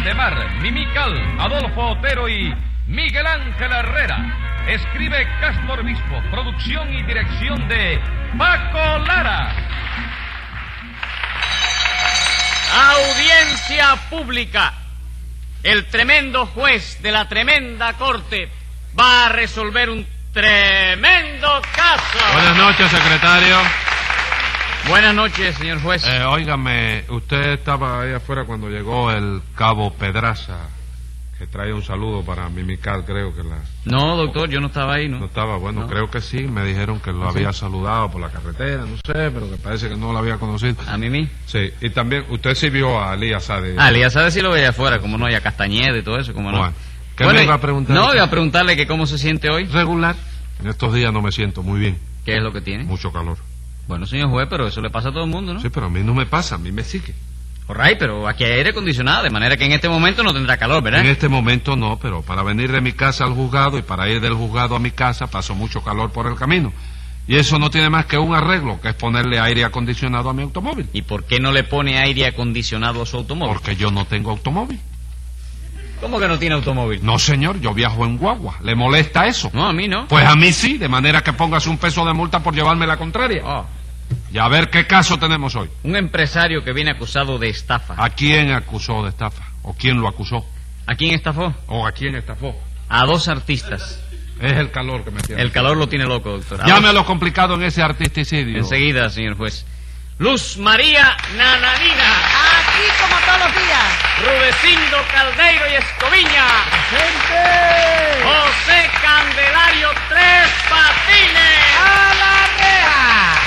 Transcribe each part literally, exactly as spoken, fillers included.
Valdemar, Mimical, Adolfo Otero y Miguel Ángel Herrera. Escribe Castro Obispo, producción y dirección de Paco Lara. Audiencia pública. El tremendo juez de la tremenda corte va a resolver un tremendo caso. Buenas noches, secretario. Buenas noches, señor juez. Eh, óigame, usted estaba ahí afuera cuando llegó el cabo Pedraza, que trae un saludo para Mimical, creo que la... No, doctor, yo no estaba ahí, ¿no? No estaba, bueno, No. creo que sí, me dijeron que lo ¿Ah, había sí? saludado por la carretera, no sé, pero que parece que no lo había conocido. ¿A Mimi? Sí, y también, usted sí vio a Elías Sade. Ah, Elías sabe si lo veía afuera, como no, y a Castañeda y todo eso, como no. Bueno, ¿qué Bueno, me iba a preguntar? No, iba a preguntarle que cómo se siente hoy. Regular. En estos días no me siento muy bien, ¿Qué es lo que tiene? mucho calor. Bueno, señor juez, pero eso le pasa a todo el mundo, ¿no? Sí, pero a mí no me pasa, a mí me sigue. Alright, pero aquí hay aire acondicionado, de manera que en este momento no tendrá calor, ¿verdad? En este momento no, pero para venir de mi casa al juzgado y para ir del juzgado a mi casa paso mucho calor por el camino. Y eso no tiene más que un arreglo, que es ponerle aire acondicionado a mi automóvil. ¿Y por qué no le pone aire acondicionado a su automóvil? Porque yo no tengo automóvil. ¿Cómo que no tiene automóvil? No, señor, yo viajo en guagua. ¿Le molesta eso? No, a mí no. Pues a mí sí, de manera que póngase un peso de multa por llevarme la contraria. Oh, Y a ver qué caso tenemos hoy. un empresario que viene acusado de estafa. ¿A quién acusó de estafa? ¿O quién lo acusó? ¿A quién estafó? ¿O a quién estafó? A dos artistas. Es el calor que me tiene. El calor lo tiene loco, doctor. A Llame a dos- lo complicado en ese artisticidio. Enseguida, señor juez. Luz María Nananina. Aquí como todos los días. Rudecindo Caldeiro y Escoviña. ¡Gente! José Candelario Tres Patines. ¡A la reja!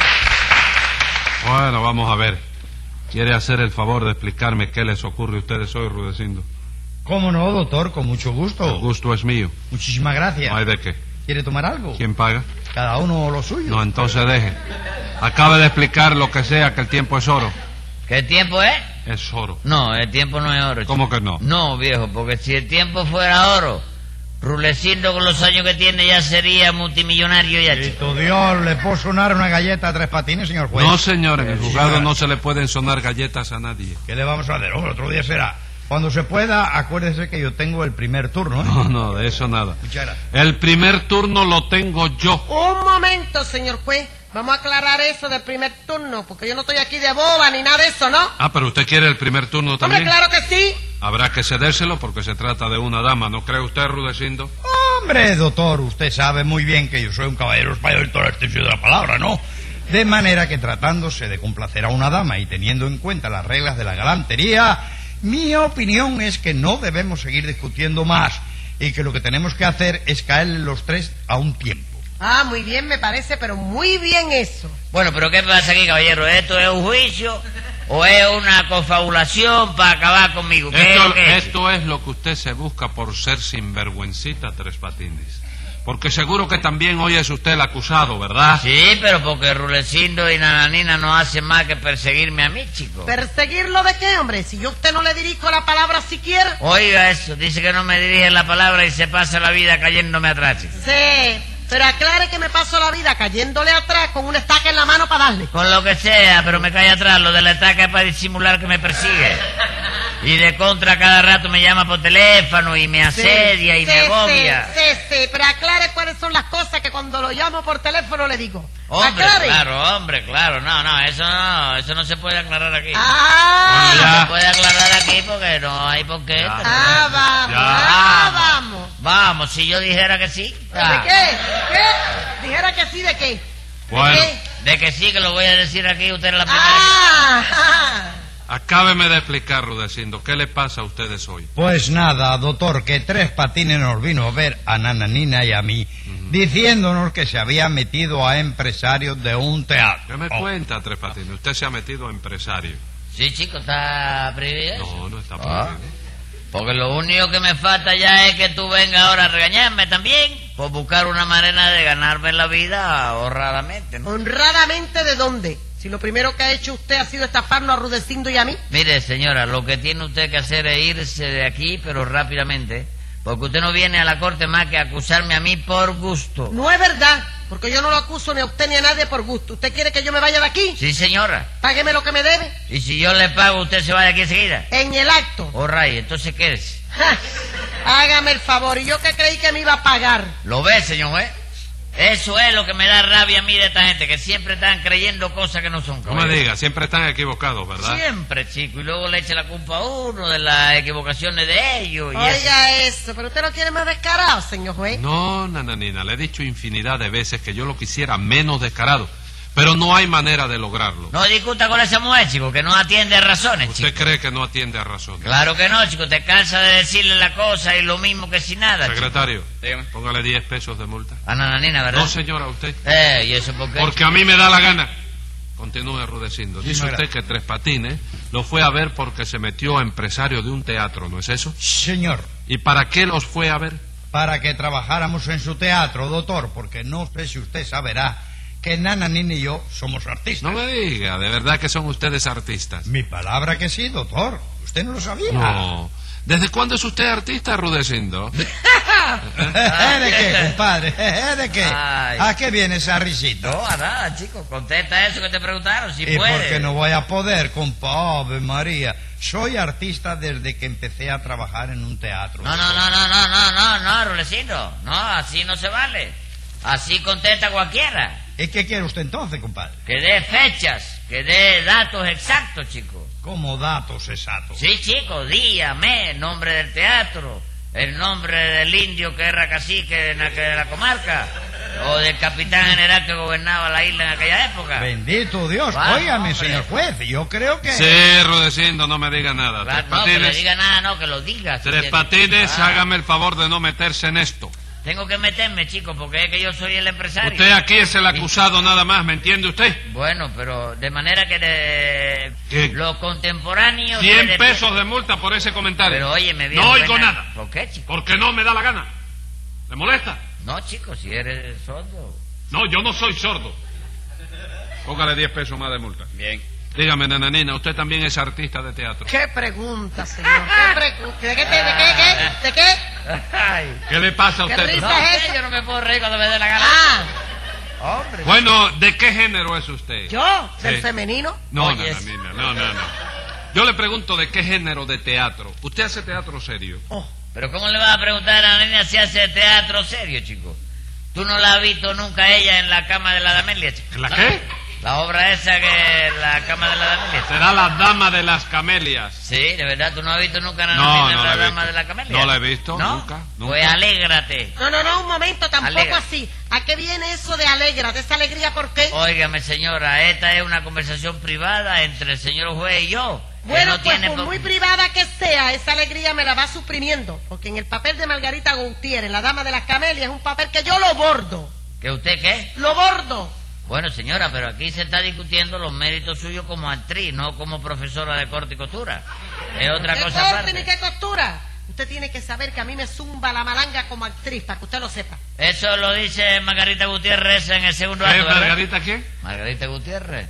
Bueno, vamos a ver. ¿Quiere hacer el favor de explicarme qué les ocurre a ustedes hoy, Rudecindo? ¿Cómo no, doctor? Con mucho El gusto. gusto es mío. Muchísimas gracias. No hay de qué. ¿Quiere tomar algo? ¿Quién paga? Cada uno lo suyo. No, entonces deje. Acabe de explicar lo que sea, que el tiempo es oro. ¿Qué tiempo es? Es oro. No, el tiempo no es oro. ¿Cómo chico. que no? No, viejo, porque si el tiempo fuera oro, Rulecindo con los años que tiene ya sería multimillonario ya, chico. Cristo Dios, ¿le puedo sonar una galleta a Tres Patines, señor juez? No, señor, en el Sí, juzgado señora. no se le pueden sonar galletas a nadie. ¿Qué le vamos a hacer? Hombre, otro día será. Cuando se pueda, acuérdese que yo tengo el primer turno, ¿eh? No, no, de eso nada. Muchas gracias. El primer turno lo tengo yo. Un momento, señor juez. Vamos a aclarar eso del primer turno, porque yo no estoy aquí de boba ni nada de eso, ¿no? Ah, pero usted quiere el primer turno Hombre, también. claro que sí. Habrá que cedérselo porque se trata de una dama, ¿no cree usted, Rudecindo? Hombre, doctor, usted sabe muy bien que yo soy un caballero español en todo el extensión de la palabra, ¿no? De manera que tratándose de complacer a una dama y teniendo en cuenta las reglas de la galantería, mi opinión es que no debemos seguir discutiendo más y que lo que tenemos que hacer es caerle los tres a un tiempo. Ah, muy bien, me parece, pero muy bien eso. Bueno, pero ¿qué pasa aquí, caballero? ¿Esto es un juicio o es una confabulación para acabar conmigo? ¿Qué es Esto, lo que es? esto es lo que usted se busca por ser sinvergüencita, Tres Patines. Porque seguro que también hoy es usted el acusado, ¿verdad? Sí, pero porque Rulecindo y Nananina no hacen más que perseguirme a mí, chico. ¿Perseguirlo de qué, hombre? Si yo a usted no le dirijo la palabra siquiera. Oiga eso, dice que no me dirige la palabra y se pasa la vida cayéndome atrás, chico. Sí, pero aclare que me paso la vida cayéndole atrás con una estaca en la mano para darle. Con lo que sea, pero me cae atrás. Lo de la estaca es para disimular que me persigue. Y de contra cada rato me llama por teléfono y me asedia y Sí, me sí, agobia. Sí, sí, pero aclare cuáles son las cosas que cuando lo llamo por teléfono le digo. Hombre, Aclare. claro, hombre, claro. No, no, eso no, eso no se puede aclarar aquí. Ah, Bueno, No ya. se puede aclarar aquí porque no hay por qué. Ya. ah, vamos, Ya. ah, vamos. Vamos, si yo dijera que sí. ¿De ah, qué? ¿Qué? Dijera que sí, ¿de qué? ¿De Bueno, qué? De que sí, que lo voy a decir aquí, usted es la primera. Ah, ah. acábeme de explicar, Rudecindo, ¿qué le pasa a ustedes hoy? Pues nada, doctor, que Tres Patines nos vino a ver a Nananina y a mí, diciéndonos que se había metido a empresarios de un teatro. ¿Qué me Oh. cuenta, Tres Patines? Usted se ha metido a empresario. Sí, chico, está prohibido eso. No, no está Ah. prohibido. Porque lo único que me falta ya es que tú vengas ahora a regañarme también por buscar una manera de ganarme la vida honradamente, ¿no? ¿Honradamente de dónde? Si lo primero que ha hecho usted ha sido estafarnos a Rudecindo y a mí. Mire, señora, lo que tiene usted que hacer es irse de aquí, pero rápidamente, porque usted no viene a la corte más que a acusarme a mí por gusto. No es verdad. Porque yo no lo acuso ni a usted ni a nadie por gusto. ¿Usted quiere que yo me vaya de aquí? Sí, señora. Págueme lo que me debe. Y si yo le pago, ¿usted se va de aquí enseguida? En el acto. Oh, ray, entonces quédese. Ja, hágame el favor. Y yo que creí que me iba a pagar. ¿Lo ve, señor juez? Eso es lo que me da rabia a mí de esta gente, que siempre están creyendo cosas que no son. No me diga, siempre están equivocados, ¿verdad? Siempre, chico, y luego le echa la culpa a uno de las equivocaciones de ellos. Y Oiga eso, pero usted no quiere más descarado, señor juez. No, nananina, le he dicho infinidad de veces que yo lo quisiera menos descarado, pero no hay manera de lograrlo. No discuta con esa mujer, chico, que no atiende a razones, ¿Usted chico. cree que no atiende a razones? Claro que no, chico, te cansa de decirle la cosa y lo mismo que si nada, Secretario, chico. Dígame. póngale diez pesos de multa. A Nananina, ¿verdad? No, señora, usted. Eh, ¿y eso por qué? Porque a mí me da la gana. Continúe, Rudecindo. Dice Señora. usted que Tres Patines lo fue a ver porque se metió empresario de un teatro, ¿no es eso? Señor, ¿Y para qué los fue a ver? para que trabajáramos en su teatro, doctor, porque no sé si usted saberá que Nananina y yo somos artistas. No me diga, ¿de verdad que son ustedes artistas? Mi palabra que sí, doctor. ¿Usted no lo sabía? No. ¿Desde cuándo es usted artista, Rudecindo? ¿De qué, compadre? ¿De qué? Ay. ¿A qué viene esa risita? No, a nada, chico, contesta eso que te preguntaron, si ¿Y puedes. por qué no voy a poder, compadre María? Soy artista desde que empecé a trabajar en un teatro. No, no, no, no, no, no, no, no, Rulecito. No, así no se vale. Así contesta cualquiera. ¿Y qué quiere usted entonces, compadre? Que dé fechas, que dé datos exactos, chico. Como datos exactos. Sí, chico, día, mes, nombre del teatro, el nombre del indio que era cacique de la, de la comarca, o del capitán general que gobernaba la isla en aquella época. Bendito Dios. Va, Óigame, hombre. señor juez, yo creo que... Sí, Rudecindo, no me diga nada. Claro, Tres no, que le Patines, diga nada, no, que lo diga. Tres Sí, Patines, ah, hágame el favor de no meterse en esto. Tengo que meterme, chico, porque es que yo soy el empresario. Usted aquí es el acusado nada más, ¿me entiende usted? Bueno, pero de manera que de... ¿Qué? los contemporáneos... Cien de- pesos de multa por ese comentario. Pero óyeme bien. No oigo buena- nada. ¿Por qué, chico? Porque no me da la gana. ¿Le molesta? No, chico, si eres sordo. No, yo no soy sordo. Póngale diez pesos más de multa. Bien. Dígame, nananina, usted también es artista de teatro. ¿Qué pregunta, señor? ¿Qué pregunta? ¿De qué? ¿De qué? ¿De qué? ¿De qué? Ay. ¿Qué le pasa a ¿Qué usted? risa No, es sé, esa? yo no me puedo reír cuando me dé la gana. Ah, Hombre. Bueno, ¿de qué género es usted? ¿yo? ¿Del Sí. femenino? No, Oye, nananina, no, no, no. Yo le pregunto de qué género de teatro. ¿Usted hace teatro serio? Oh, Pero ¿cómo le vas a preguntar a la niña si hace teatro serio, chico? ¿Tú no la has visto nunca a ella en la cama de la Damelia, chico? ¿En la qué? La obra esa que la cama de la Damelia. Será la dama de las camelias. Sí, de verdad, ¿tú no has visto nunca a la No, niña no en la la he dama visto. de la Camelia? No la he visto, ¿No? nunca, nunca. Pues alégrate. no, no, no, un momento, tampoco Alegra. así. ¿A qué viene eso de alegra? ¿De esa alegría por qué? Óigame, señora, esta es una conversación privada entre el señor juez y yo. que Bueno, no pues tiene por por- muy privada que sea, esa alegría me la va suprimiendo. Porque en el papel de Margarita Gutiérrez, la dama de las camelias, es un papel que yo lo bordo. ¿Que usted qué? Lo bordo. Bueno, señora, pero aquí se está discutiendo los méritos suyos como actriz, no como profesora de corte y costura. Es otra ¿Qué cosa corte aparte. ni qué costura? Usted tiene que saber que a mí me zumba la malanga como actriz, para que usted lo sepa. Eso lo dice Margarita Gutiérrez en el segundo ¿Qué, acto, ¿verdad? Margarita qué? Margarita Gutiérrez.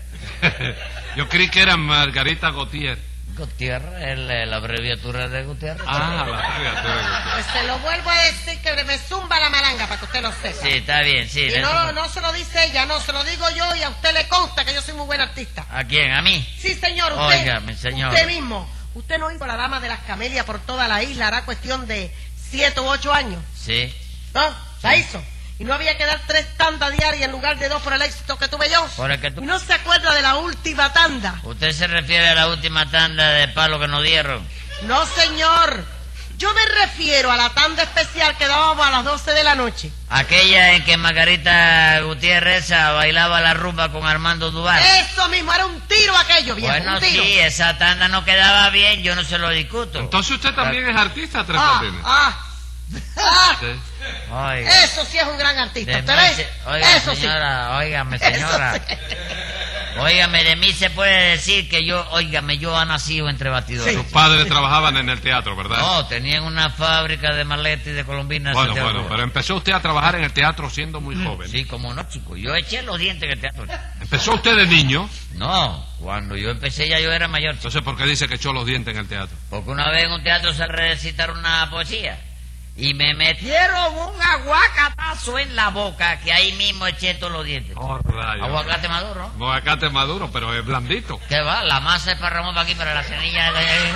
Yo creí que era Margarita Gautier. Gutiérrez, es la, la abreviatura de Gutiérrez. Ah, la criatura de Gautier. Pues se lo vuelvo a decir que me zumba la malanga, para que usted lo sepa. Sí, está bien, sí. Y de no, eso- no se lo dice ella, no, se lo digo yo y a usted le consta que yo soy muy buen artista. ¿A quién? ¿A mí? Sí, señor, usted. Óigame, señor. Usted mismo. Usted no hizo la dama de las camelias por toda la isla, hará cuestión de siete u ocho años. Sí. ¿No? La hizo. Y no había que dar tres tandas diarias en lugar de dos por el éxito que tuve yo. Por el que tú- Y no se acuerda de la última tanda. ¿Usted se refiere a la última tanda de palo que nos dieron? No, señor. Yo me refiero a la tanda especial que dábamos a las doce de la noche. Aquella en que Margarita Gutiérrez esa bailaba la rumba con Armando Duval. Eso mismo, era un tiro aquello, viejo, Bueno, un tiro. sí, esa tanda no quedaba bien, yo no se lo discuto. Entonces usted también es artista, Tres Ah, Patines. ah, ah. Sí. Oiga, Eso sí es un gran artista, de ¿usted mí ve? se- oiga, Eso sí. señora, óigame, señora. Eso sí. Óigame, de mí se puede decir que yo, óigame, yo he nacido entre batidores. Sus padres trabajaban en el teatro, ¿verdad? No, tenían una fábrica de maletas y de colombinas. Bueno, Santiago. bueno, pero empezó usted a trabajar en el teatro siendo muy joven. Sí, como no, chico. Yo eché los dientes en el teatro. Empezó usted de niño, No, cuando yo empecé ya yo era mayor, chico. entonces ¿por qué dice que echó los dientes en el teatro? Porque una vez en un teatro se recitaron una poesía. y me metieron un aguacatazo en la boca que ahí mismo eché todos los dientes. Oh, rayos. Aguacate maduro. No, aguacate maduro, pero es blandito. ¿Qué va? La masa es para Ramón para aquí, pero la cenilla...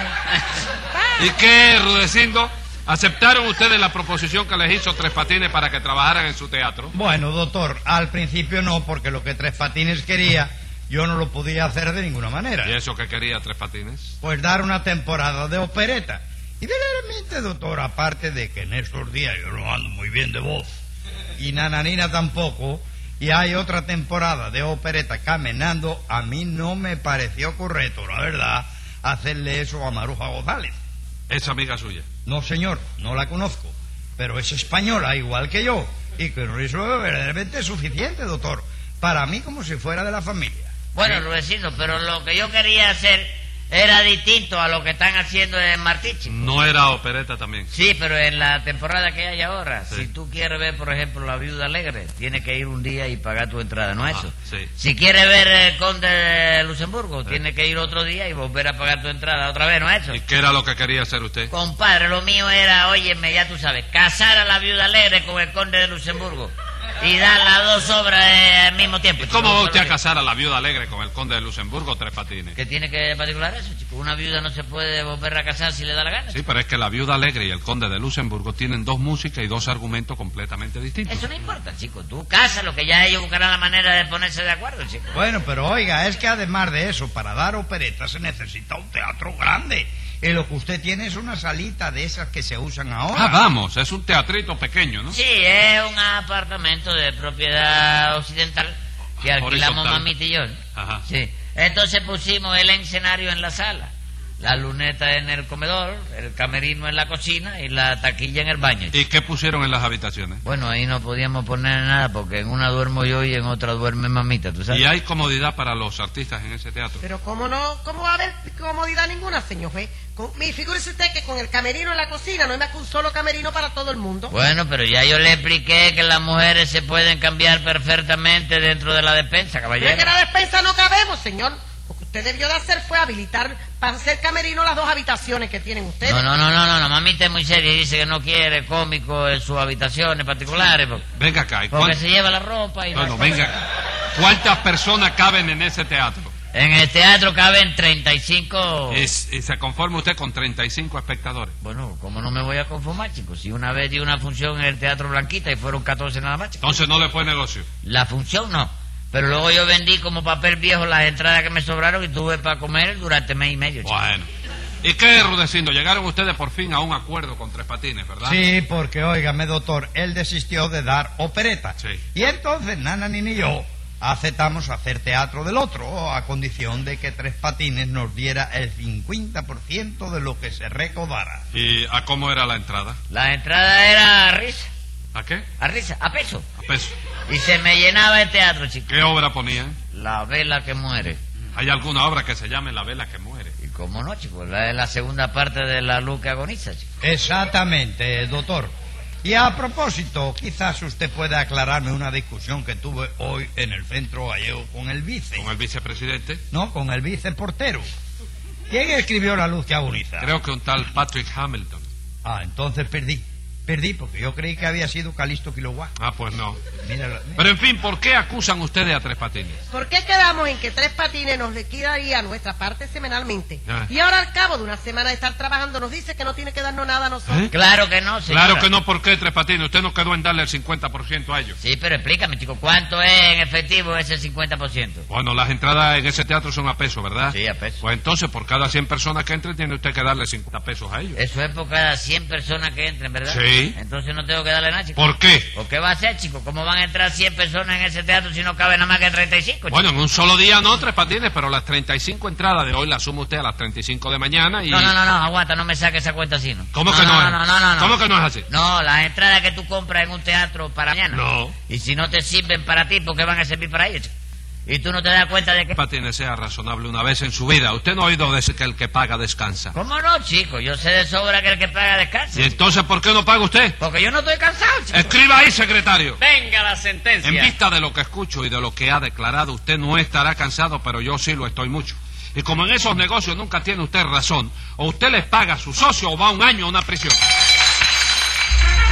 ¿Y qué, Rudecindo? ¿Aceptaron ustedes la proposición que les hizo Tres Patines para que trabajaran en su teatro? Bueno, doctor, al principio no, porque lo que Tres Patines quería, yo no lo podía hacer de ninguna manera. ¿Y eso que quería Tres Patines? Pues dar una temporada de opereta. Y verdaderamente, doctor, aparte de que en estos días yo no ando muy bien de voz, y Nananina tampoco, y hay otra temporada de opereta caminando, a mí no me pareció correcto, la verdad, hacerle eso a Maruja González. ¿Es amiga suya? No, señor, no la conozco, pero es española igual que yo, y que eso es verdaderamente suficiente, doctor, para mí como si fuera de la familia. Bueno, Rudecindo, pero lo que yo quería hacer era distinto a lo que están haciendo en Martí, chico. ¿No era opereta también? Sí, pero en la temporada que hay ahora, Sí. si tú quieres ver, por ejemplo, La Viuda Alegre, tienes que ir un día y pagar tu entrada, ¿no es Ah, eso? sí. Si quieres ver El Conde de Luxemburgo, tienes que ir otro día y volver a pagar tu entrada otra vez, ¿no es eso? ¿Y qué era lo que quería hacer usted? Compadre, lo mío era, óyeme, ya tú sabes, casar a La Viuda Alegre con El Conde de Luxemburgo y dar las dos obras eh, al mismo tiempo. ¿Y chico. cómo va usted a casar a la Viuda Alegre con el Conde de Luxemburgo, Tres Patines? ¿Qué tiene que particular eso, chico? Una viuda no se puede volver a casar si le da la gana. Sí, pero es que la Viuda Alegre y el Conde de Luxemburgo tienen dos músicas y dos argumentos completamente distintos. Eso no importa, chico. Tú cásalo, que ya ellos buscarán la manera de ponerse de acuerdo, chico. Bueno, pero oiga, es que además de eso, para dar opereta se necesita un teatro grande. Y lo que usted tiene es una salita de esas que se usan ahora. Ah, vamos, es un teatrito pequeño, ¿no? Sí, es un apartamento de propiedad occidental que alquilamos Horizontal. mamita y yo. ¿no? Ajá. Sí. Entonces pusimos el escenario en la sala, la luneta en el comedor, el camerino en la cocina y la taquilla en el baño. ¿Y qué pusieron en las habitaciones? Bueno, ahí no podíamos poner nada porque en una duermo yo y en otra duerme mamita, ¿tú sabes? ¿Y hay comodidad para los artistas en ese teatro? Pero cómo no, cómo va a haber comodidad ninguna, señor juez. Con, mi, figúrese usted que con el camerino en la cocina no hay más que un solo camerino para todo el mundo. Bueno, pero ya yo le expliqué que las mujeres se pueden cambiar perfectamente dentro de la despensa, No es que caballero. en la despensa no cabemos, señor. Lo que usted debió de hacer fue habilitar para hacer camerino las dos habitaciones que tienen ustedes. No, no, no, no, no, no, mamita es muy seria y dice que no quiere cómico en sus habitaciones particulares porque, Venga acá. ¿y porque cuán- se lleva la ropa y... Bueno, venga acá. ¿Cuántas personas caben en ese teatro? En el teatro caben treinta y cinco... Y, y se conforma usted con treinta y cinco espectadores. Bueno, ¿cómo no me voy a conformar, chicos? Si una vez di una función en el Teatro Blanquita y fueron catorce nada más, chicos. Entonces no le fue negocio. La función no. Pero luego yo vendí como papel viejo las entradas que me sobraron y tuve para comer durante mes y medio, chicos. Bueno. ¿Y qué, Rudecindo? Llegaron ustedes por fin a un acuerdo con Tres Patines, ¿verdad? Sí, porque, óigame, doctor, él desistió de dar opereta. Sí. Y entonces Nananina y yo aceptamos hacer teatro del otro, a condición de que Tres Patines nos diera el cincuenta por ciento de lo que se recaudara. ¿Y a cómo era la entrada? La entrada era a risa, ¿A qué? a risa, a peso. A peso. Y se me llenaba el teatro, chicos. ¿Qué obra ponían? La vela que muere. ¿Hay alguna obra que se llame La Vela que Muere? Y cómo no, chicos, la es la segunda parte de La Luz que Agoniza, chicos. Exactamente, doctor. Y a propósito, quizás usted pueda aclararme una discusión que tuve hoy en el centro gallego con el vice. ¿Con el vicepresidente? No, con el viceportero. ¿Quién escribió La luz que agoniza? Creo que un tal Patrick Hamilton. Ah, entonces perdí. Perdí porque yo creí que había sido Calisto Quiloguá. Ah, pues no. Mira, la- Pero en fin, ¿por qué acusan ustedes a Tres Patines? ¿Por qué quedamos en que Tres Patines nos liquidaría nuestra parte semanalmente? Ah. Y ahora al cabo de una semana de estar trabajando nos dice que no tiene que darnos nada a nosotros. ¿Eh? Claro que no, señora. Claro que no, ¿por qué Tres Patines? Usted no quedó en darle el cincuenta por ciento a ellos. Sí, pero explícame, chico, ¿cuánto es en efectivo ese cincuenta por ciento? Bueno, las entradas en ese teatro son a peso, ¿verdad? Sí, a peso. Pues entonces, por cada cien personas que entren, tiene usted que darle cincuenta pesos a ellos. Eso es por cada cien personas que entren, ¿verdad? Sí. Entonces no tengo que darle nada, chico. ¿Por qué? ¿Por qué va a ser, chico? ¿Cómo van a entrar cien personas en ese teatro si no cabe nada más que treinta y cinco, chico? Bueno, en un solo día no, Tres Patines, pero las treinta y cinco entradas de hoy las suma usted a las treinta y cinco de mañana y... No, no, no, no, aguanta, no me saque esa cuenta así, ¿no? ¿Cómo no, que no, no, es? no, no, no, no. ¿Cómo que no es así? No, las entradas que tú compras en un teatro para mañana. No. Y si no te sirven para ti, ¿por qué van a servir para ellos, chico? Y tú no te das cuenta de que... Tres Patines sea razonable una vez en su vida. Usted no ha oído decir que el que paga descansa. ¿Cómo no, chico? Yo sé de sobra que el que paga descansa. ¿Y entonces por qué no paga usted? Porque yo no estoy cansado, chico. Escriba ahí, secretario. Venga la sentencia. En vista de lo que escucho y de lo que ha declarado, usted no estará cansado, pero yo sí lo estoy mucho. Y como en esos negocios nunca tiene usted razón, o usted les paga a su socio o va un año a una prisión.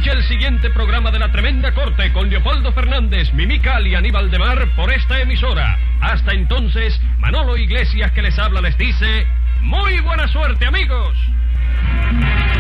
Escuche el siguiente programa de La Tremenda Corte con Leopoldo Fernández, Mimical y Aníbal de Mar por esta emisora. Hasta entonces, Manolo Iglesias que les habla les dice... ¡Muy buena suerte, amigos!